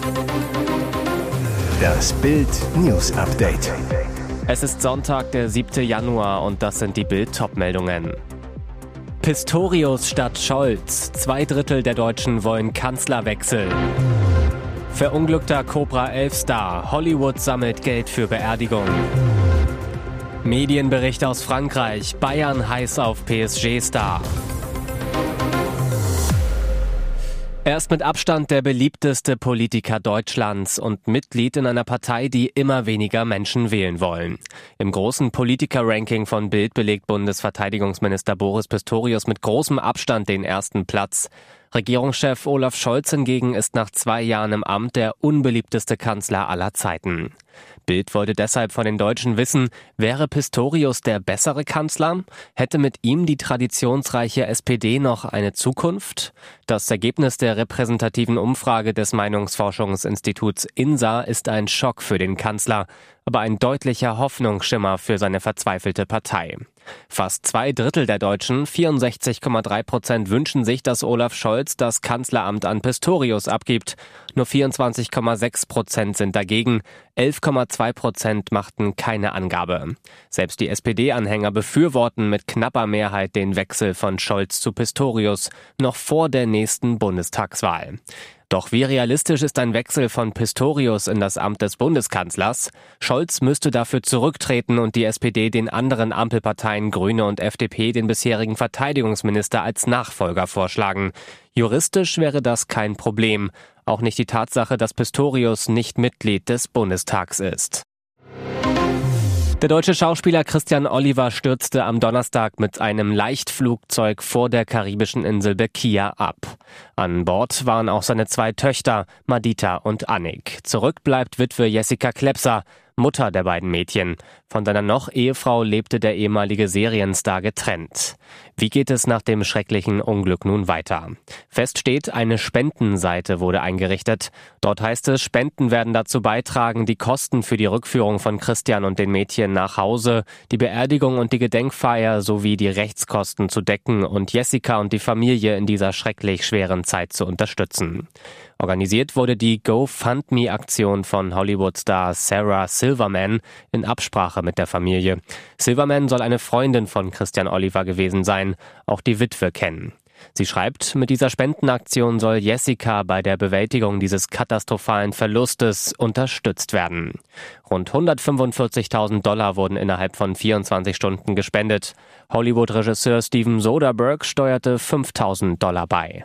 Das Bild News Update. Es ist Sonntag, der 7. Januar und das sind die Bild-Top-Meldungen. Pistorius statt Scholz. 2/3 der Deutschen wollen Kanzlerwechsel. Verunglückter Cobra 11-Star. Hollywood sammelt Geld für Beerdigung. Medienbericht aus Frankreich. Bayern heiß auf PSG-Star. Er ist mit Abstand der beliebteste Politiker Deutschlands und Mitglied in einer Partei, die immer weniger Menschen wählen wollen. Im großen Politiker-Ranking von Bild belegt Bundesverteidigungsminister Boris Pistorius mit großem Abstand den ersten Platz. Regierungschef Olaf Scholz hingegen ist nach 2 Jahren im Amt der unbeliebteste Kanzler aller Zeiten. Bild wollte deshalb von den Deutschen wissen, wäre Pistorius der bessere Kanzler? Hätte mit ihm die traditionsreiche SPD noch eine Zukunft? Das Ergebnis der repräsentativen Umfrage des Meinungsforschungsinstituts INSA ist ein Schock für den Kanzler, aber ein deutlicher Hoffnungsschimmer für seine verzweifelte Partei. Fast 2/3 der Deutschen, 64,3%, wünschen sich, dass Olaf Scholz das Kanzleramt an Pistorius abgibt. Nur 24,6% sind dagegen, 11,2% machten keine Angabe. Selbst die SPD-Anhänger befürworten mit knapper Mehrheit den Wechsel von Scholz zu Pistorius, noch vor der nächsten Bundestagswahl. Doch wie realistisch ist ein Wechsel von Pistorius in das Amt des Bundeskanzlers? Scholz müsste dafür zurücktreten und die SPD den anderen Ampelparteien Grüne und FDP den bisherigen Verteidigungsminister als Nachfolger vorschlagen. Juristisch wäre das kein Problem. Auch nicht die Tatsache, dass Pistorius nicht Mitglied des Bundestags ist. Der deutsche Schauspieler Christian Oliver stürzte am Donnerstag mit einem Leichtflugzeug vor der karibischen Insel Bequia ab. An Bord waren auch seine 2 Töchter, Madita und Annik. Zurück bleibt Witwe Jessica Klepser, Mutter der beiden Mädchen. Von seiner Noch-Ehefrau lebte der ehemalige Serienstar getrennt. Wie geht es nach dem schrecklichen Unglück nun weiter? Fest steht, eine Spendenseite wurde eingerichtet. Dort heißt es, Spenden werden dazu beitragen, die Kosten für die Rückführung von Christian und den Mädchen nach Hause, die Beerdigung und die Gedenkfeier sowie die Rechtskosten zu decken und Jessica und die Familie in dieser schrecklich schweren Zeit zu unterstützen. Organisiert wurde die GoFundMe-Aktion von Hollywood-Star Sarah Silverman in Absprache mit der Familie. Silverman soll eine Freundin von Christian Oliver gewesen sein, auch die Witwe kennen. Sie schreibt, mit dieser Spendenaktion soll Jessica bei der Bewältigung dieses katastrophalen Verlustes unterstützt werden. Rund $145.000 wurden innerhalb von 24 Stunden gespendet. Hollywood-Regisseur Steven Soderbergh steuerte $5.000 bei.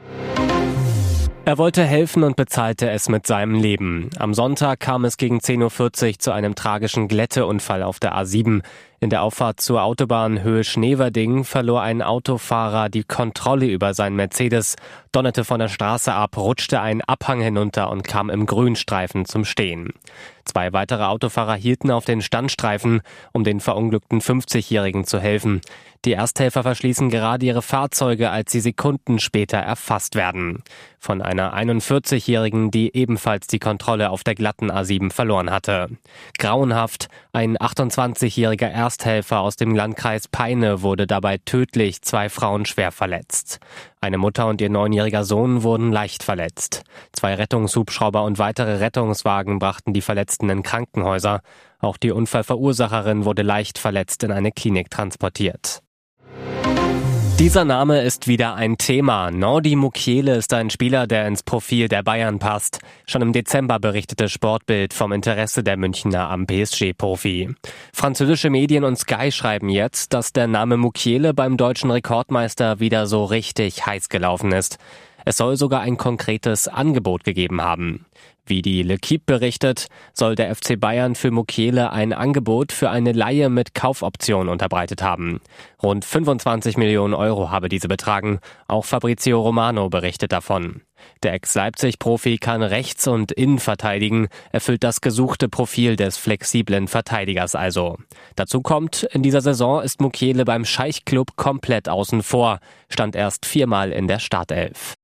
Er wollte helfen und bezahlte es mit seinem Leben. Am Sonntag kam es gegen 10:40 Uhr zu einem tragischen Glätteunfall auf der A7. In der Auffahrt zur Autobahn Höhe Schneverding verlor ein Autofahrer die Kontrolle über seinen Mercedes, donnerte von der Straße ab, rutschte einen Abhang hinunter und kam im Grünstreifen zum Stehen. 2 weitere Autofahrer hielten auf den Standstreifen, um den verunglückten 50-Jährigen zu helfen. Die Ersthelfer verschließen gerade ihre Fahrzeuge, als sie Sekunden später erfasst werden. Von einer 41-Jährigen, die ebenfalls die Kontrolle auf der glatten A7 verloren hatte. Grauenhaft, ein 28-jähriger Ersthelfer aus dem Landkreis Peine wurde dabei tödlich, 2 Frauen schwer verletzt. Eine Mutter und ihr 9-jähriger Sohn wurden leicht verletzt. 2 Rettungshubschrauber und weitere Rettungswagen brachten die Verletzten in Krankenhäuser. Auch die Unfallverursacherin wurde leicht verletzt in eine Klinik transportiert. Dieser Name ist wieder ein Thema. Nordi Mukiele ist ein Spieler, der ins Profil der Bayern passt. Schon im Dezember berichtete Sportbild vom Interesse der Münchner am PSG-Profi. Französische Medien und Sky schreiben jetzt, dass der Name Mukiele beim deutschen Rekordmeister wieder so richtig heiß gelaufen ist. Es soll sogar ein konkretes Angebot gegeben haben. Wie die L'Équipe berichtet, soll der FC Bayern für Mukiele ein Angebot für eine Leihe mit Kaufoption unterbreitet haben. Rund 25 Millionen Euro habe diese betragen. Auch Fabrizio Romano berichtet davon. Der Ex-Leipzig-Profi kann rechts und innen verteidigen, erfüllt das gesuchte Profil des flexiblen Verteidigers also. Dazu kommt, in dieser Saison ist Mukiele beim Scheich-Club komplett außen vor, stand erst 4-mal in der Startelf.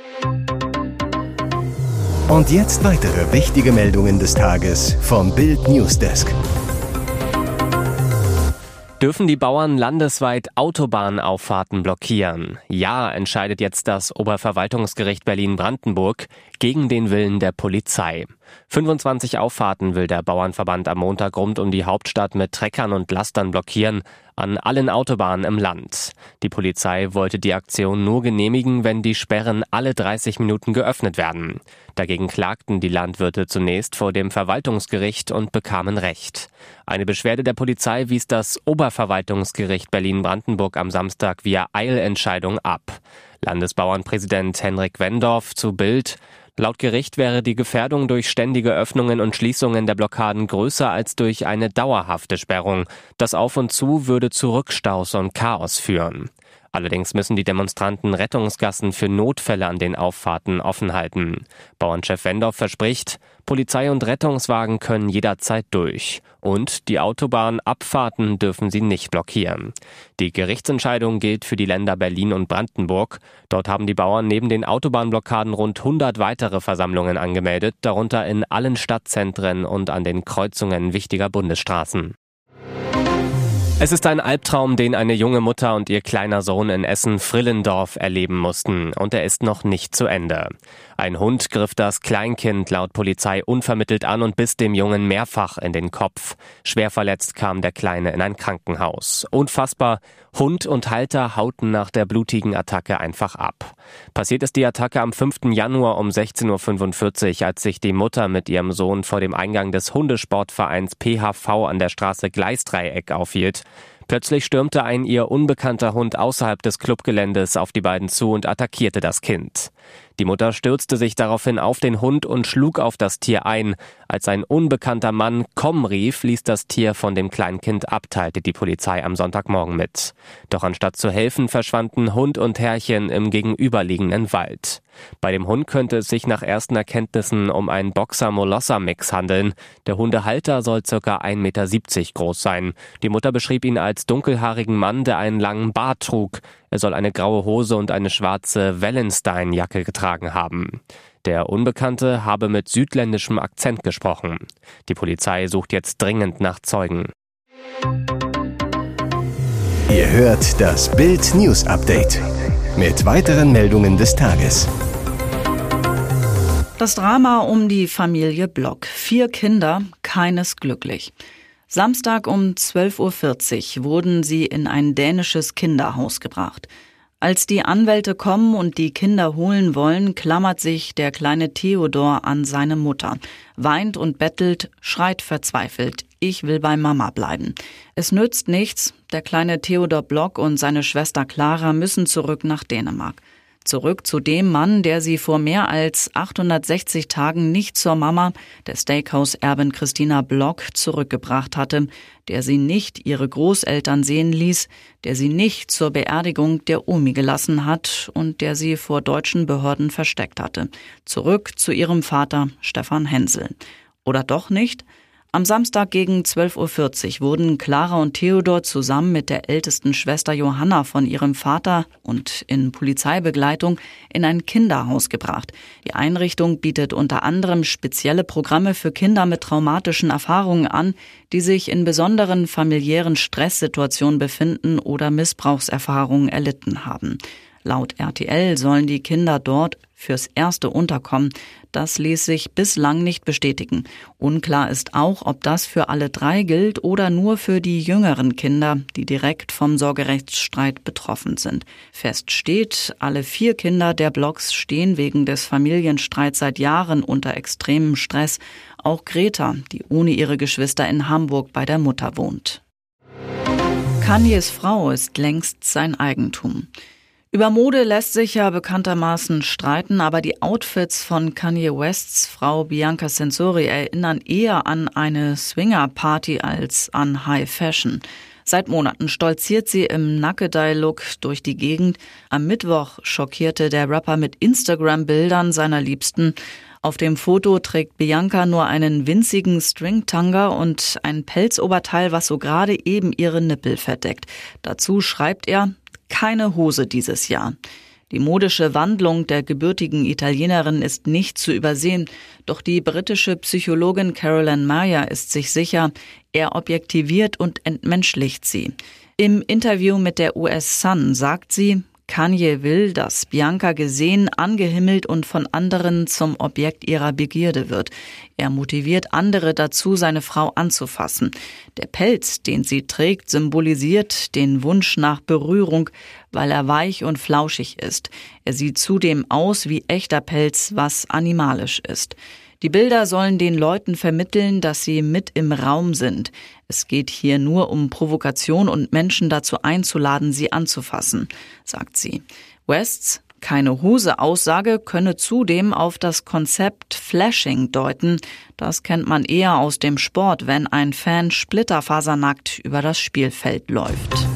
Und jetzt weitere wichtige Meldungen des Tages vom Bild Newsdesk. Dürfen die Bauern landesweit Autobahnauffahrten blockieren? Ja, entscheidet jetzt das Oberverwaltungsgericht Berlin-Brandenburg gegen den Willen der Polizei. 25 Auffahrten will der Bauernverband am Montag rund um die Hauptstadt mit Treckern und Lastern blockieren, an allen Autobahnen im Land. Die Polizei wollte die Aktion nur genehmigen, wenn die Sperren alle 30 Minuten geöffnet werden. Dagegen klagten die Landwirte zunächst vor dem Verwaltungsgericht und bekamen Recht. Eine Beschwerde der Polizei wies das Oberverwaltungsgericht Berlin-Brandenburg am Samstag via Eilentscheidung ab. Landesbauernpräsident Henrik Wendorf zu Bild: Laut Gericht wäre die Gefährdung durch ständige Öffnungen und Schließungen der Blockaden größer als durch eine dauerhafte Sperrung. Das Auf und Zu würde zu Rückstaus und Chaos führen. Allerdings müssen die Demonstranten Rettungsgassen für Notfälle an den Auffahrten offen halten. Bauernchef Wendorf verspricht, Polizei und Rettungswagen können jederzeit durch. Und die Autobahnabfahrten dürfen sie nicht blockieren. Die Gerichtsentscheidung gilt für die Länder Berlin und Brandenburg. Dort haben die Bauern neben den Autobahnblockaden rund 100 weitere Versammlungen angemeldet, darunter in allen Stadtzentren und an den Kreuzungen wichtiger Bundesstraßen. Es ist ein Albtraum, den eine junge Mutter und ihr kleiner Sohn in Essen-Frillendorf erleben mussten. Und er ist noch nicht zu Ende. Ein Hund griff das Kleinkind laut Polizei unvermittelt an und biss dem Jungen mehrfach in den Kopf. Schwer verletzt kam der Kleine in ein Krankenhaus. Unfassbar, Hund und Halter hauten nach der blutigen Attacke einfach ab. Passiert ist die Attacke am 5. Januar um 16:45 Uhr, als sich die Mutter mit ihrem Sohn vor dem Eingang des Hundesportvereins PHV an der Straße Gleisdreieck aufhielt. Plötzlich stürmte ein ihr unbekannter Hund außerhalb des Clubgeländes auf die beiden zu und attackierte das Kind. Die Mutter stürzte sich daraufhin auf den Hund und schlug auf das Tier ein. Als ein unbekannter Mann „Komm" rief, ließ das Tier von dem Kleinkind ab, teilte die Polizei am Sonntagmorgen mit. Doch anstatt zu helfen, verschwanden Hund und Herrchen im gegenüberliegenden Wald. Bei dem Hund könnte es sich nach ersten Erkenntnissen um einen Boxer-Molosser-Mix handeln. Der Hundehalter soll ca. 1,70 Meter groß sein. Die Mutter beschrieb ihn als dunkelhaarigen Mann, der einen langen Bart trug. Er soll eine graue Hose und eine schwarze Wallenstein-Jacke getragen haben. Der Unbekannte habe mit südländischem Akzent gesprochen. Die Polizei sucht jetzt dringend nach Zeugen. Ihr hört das Bild News Update mit weiteren Meldungen des Tages. Das Drama um die Familie Block. 4 Kinder, keines glücklich. Samstag um 12:40 Uhr wurden sie in ein dänisches Kinderhaus gebracht. Als die Anwälte kommen und die Kinder holen wollen, klammert sich der kleine Theodor an seine Mutter, weint und bettelt, schreit verzweifelt: Ich will bei Mama bleiben. Es nützt nichts, der kleine Theodor Block und seine Schwester Clara müssen zurück nach Dänemark. Zurück zu dem Mann, der sie vor mehr als 860 Tagen nicht zur Mama, der Steakhouse-Erbin Christina Block, zurückgebracht hatte, der sie nicht ihre Großeltern sehen ließ, der sie nicht zur Beerdigung der Omi gelassen hat und der sie vor deutschen Behörden versteckt hatte. Zurück zu ihrem Vater Stefan Hensel. Oder doch nicht? Am Samstag gegen 12:40 Uhr wurden Clara und Theodor zusammen mit der ältesten Schwester Johanna von ihrem Vater und in Polizeibegleitung in ein Kinderhaus gebracht. Die Einrichtung bietet unter anderem spezielle Programme für Kinder mit traumatischen Erfahrungen an, die sich in besonderen familiären Stresssituationen befinden oder Missbrauchserfahrungen erlitten haben. Laut RTL sollen die Kinder dort fürs Erste unterkommen. Das ließ sich bislang nicht bestätigen. Unklar ist auch, ob das für alle 3 gilt oder nur für die jüngeren Kinder, die direkt vom Sorgerechtsstreit betroffen sind. Fest steht, alle 4 Kinder der Blocks stehen wegen des Familienstreits seit Jahren unter extremem Stress. Auch Greta, die ohne ihre Geschwister in Hamburg bei der Mutter wohnt. Kanyes Frau ist längst sein Eigentum. Über Mode lässt sich ja bekanntermaßen streiten, aber die Outfits von Kanye Wests Frau Bianca Censori erinnern eher an eine Swinger-Party als an High Fashion. Seit Monaten stolziert sie im Nackedei-Look durch die Gegend. Am Mittwoch schockierte der Rapper mit Instagram-Bildern seiner Liebsten. Auf dem Foto trägt Bianca nur einen winzigen String-Tanga und ein Pelzoberteil, was so gerade eben ihre Nippel verdeckt. Dazu schreibt er: Keine Hose dieses Jahr. Die modische Wandlung der gebürtigen Italienerin ist nicht zu übersehen, doch die britische Psychologin Caroline Meyer ist sich sicher, er objektiviert und entmenschlicht sie. Im Interview mit der US Sun sagt sie, Kanye will, dass Bianca gesehen, angehimmelt und von anderen zum Objekt ihrer Begierde wird. Er motiviert andere dazu, seine Frau anzufassen. Der Pelz, den sie trägt, symbolisiert den Wunsch nach Berührung, weil er weich und flauschig ist. Er sieht zudem aus wie echter Pelz, was animalisch ist. Die Bilder sollen den Leuten vermitteln, dass sie mit im Raum sind. Es geht hier nur um Provokation und Menschen dazu einzuladen, sie anzufassen, sagt sie. Wests keine Hose-Aussage könne zudem auf das Konzept Flashing deuten. Das kennt man eher aus dem Sport, wenn ein Fan splitterfasernackt über das Spielfeld läuft.